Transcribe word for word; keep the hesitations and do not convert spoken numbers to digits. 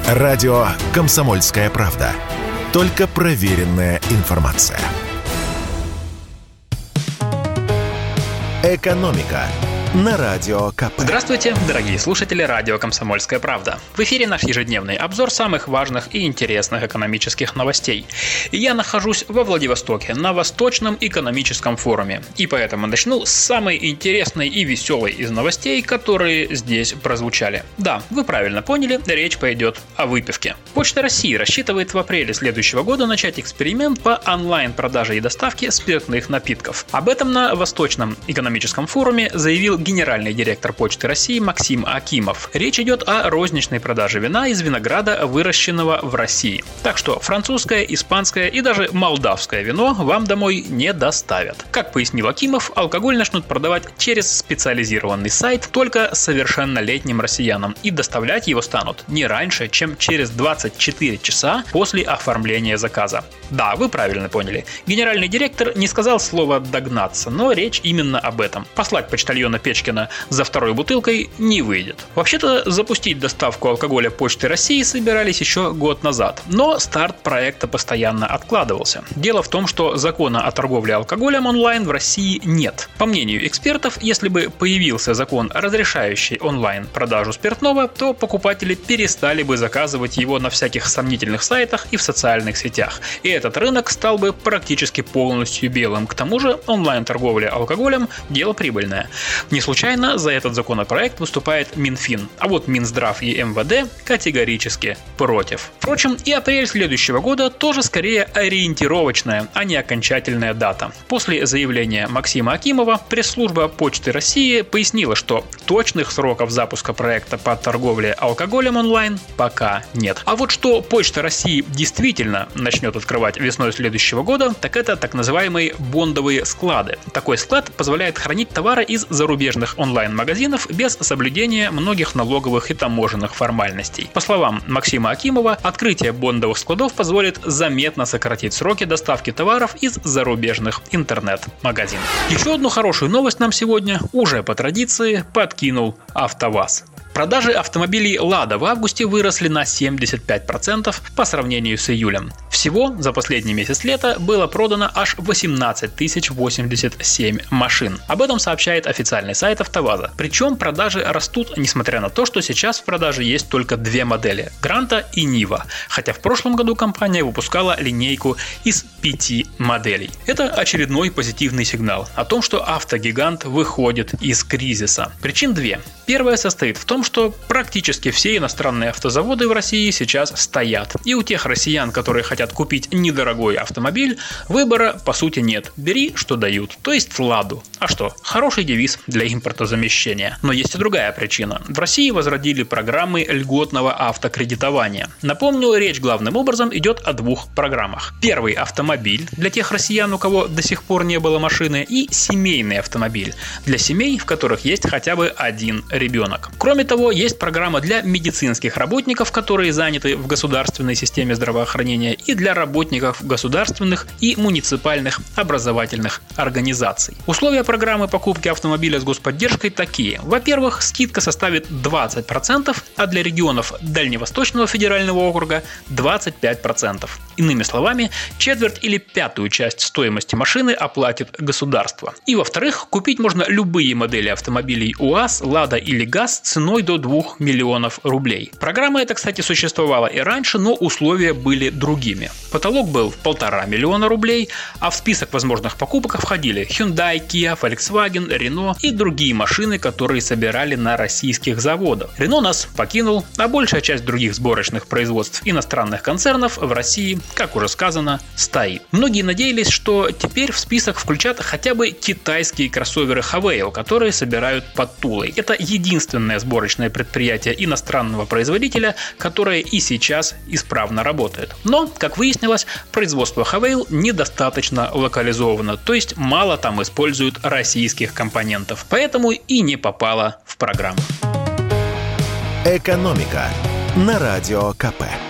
Радио «Комсомольская правда». Только проверенная информация. «Экономика» на Радио КП. Здравствуйте, дорогие слушатели радио «Комсомольская правда». В эфире наш ежедневный обзор самых важных и интересных экономических новостей. И я нахожусь во Владивостоке на Восточном экономическом форуме. И поэтому начну с самой интересной и веселой из новостей, которые здесь прозвучали. Да, вы правильно поняли, речь пойдет о выпивке. Почта России рассчитывает в апреле следующего года начать эксперимент по онлайн-продаже и доставке спиртных напитков. Об этом на Восточном экономическом форуме заявил генеральный директор Почты России Максим Акимов. Речь идет о розничной продаже вина из винограда, выращенного в России. Так что французское, испанское и даже молдавское вино вам домой не доставят. Как пояснил Акимов, алкоголь начнут продавать через специализированный сайт только совершеннолетним россиянам, и доставлять его станут не раньше, чем через двадцать четыре часа после оформления заказа. Да, вы правильно поняли. Генеральный директор не сказал слово «догнаться», но речь именно об этом. Послать почтальона Печкина за второй бутылкой не выйдет. Вообще-то запустить доставку алкоголя Почты России собирались еще год назад, но старт проекта постоянно откладывался. Дело в том, что закона о торговле алкоголем онлайн в России нет. По мнению экспертов, если бы появился закон, разрешающий онлайн продажу спиртного, то покупатели перестали бы заказывать его на всяких сомнительных сайтах и в социальных сетях. И этот рынок стал бы практически полностью белым. К тому же онлайн-торговля алкоголем – дело прибыльное. Не случайно за этот законопроект выступает Минфин, а вот Минздрав и эм вэ дэ категорически против. Впрочем, и апрель следующего года тоже скорее ориентировочная, а не окончательная дата. После заявления Максима Акимова пресс-служба Почты России пояснила, что точных сроков запуска проекта по торговле алкоголем онлайн пока нет. А вот что Почта России действительно начнет открывать весной следующего года, так это так называемые бондовые склады. Такой склад позволяет хранить товары из зарубежных онлайн-магазинов без соблюдения многих налоговых и таможенных формальностей. По словам Максима Акимова, открытие бондовых складов позволит заметно сократить сроки доставки товаров из зарубежных интернет-магазинов. Еще одну хорошую новость нам сегодня уже по традиции подкинул АвтоВАЗ. Продажи автомобилей «Лада» в августе выросли на семьдесят пять процентов по сравнению с июлем. Всего за последний месяц лета было продано аж восемнадцать тысяч восемьдесят семь машин. Об этом сообщает официальный сайт АвтоВАЗа. Причем продажи растут, несмотря на то, что сейчас в продаже есть только две модели – Гранта и Нива. Хотя в прошлом году компания выпускала линейку из пяти моделей. Это очередной позитивный сигнал о том, что автогигант выходит из кризиса. Причин две. Первая состоит в том, что практически все иностранные автозаводы в России сейчас стоят. И у тех россиян, которые хотят купить недорогой автомобиль, выбора по сути нет. Бери, что дают, то есть «Ладу». А что? Хороший девиз для импортозамещения. Но есть и другая причина. В России возродили программы льготного автокредитования. Напомню, речь главным образом идет о двух программах. Первый – автомобиль для тех россиян, у кого до сих пор не было машины, и семейный автомобиль для семей, в которых есть хотя бы один ребенок. Кроме того, есть программа для медицинских работников, которые заняты в государственной системе здравоохранения, и для работников государственных и муниципальных образовательных организаций. Условия программы покупки автомобиля с господдержкой такие. Во-первых, скидка составит двадцать процентов, а для регионов Дальневосточного федерального округа двадцать пять процентов. Иными словами, четверть или пятую часть стоимости машины оплатит государство. И во-вторых, купить можно любые модели автомобилей УАЗ, Лада или ГАЗ ценой до двух миллионов рублей. Программа эта, кстати, существовала и раньше, но условия были другими. Потолок был в полтора миллиона рублей, а в список возможных покупок входили Hyundai, Kia, Volkswagen, Renault и другие машины, которые собирали на российских заводах. Renault нас покинул, а большая часть других сборочных производств иностранных концернов в России, как уже сказано, стоит. Многие надеялись, что теперь в список включат хотя бы китайские кроссоверы Havail, которые собирают под Тулой. Это единственное сборочное предприятие иностранного производителя, которое и сейчас исправно работает. Но, как выяснилось, производство Havail недостаточно локализовано, то есть мало там используют российских компонентов, поэтому и не попало в программу. Экономика на Радио КП.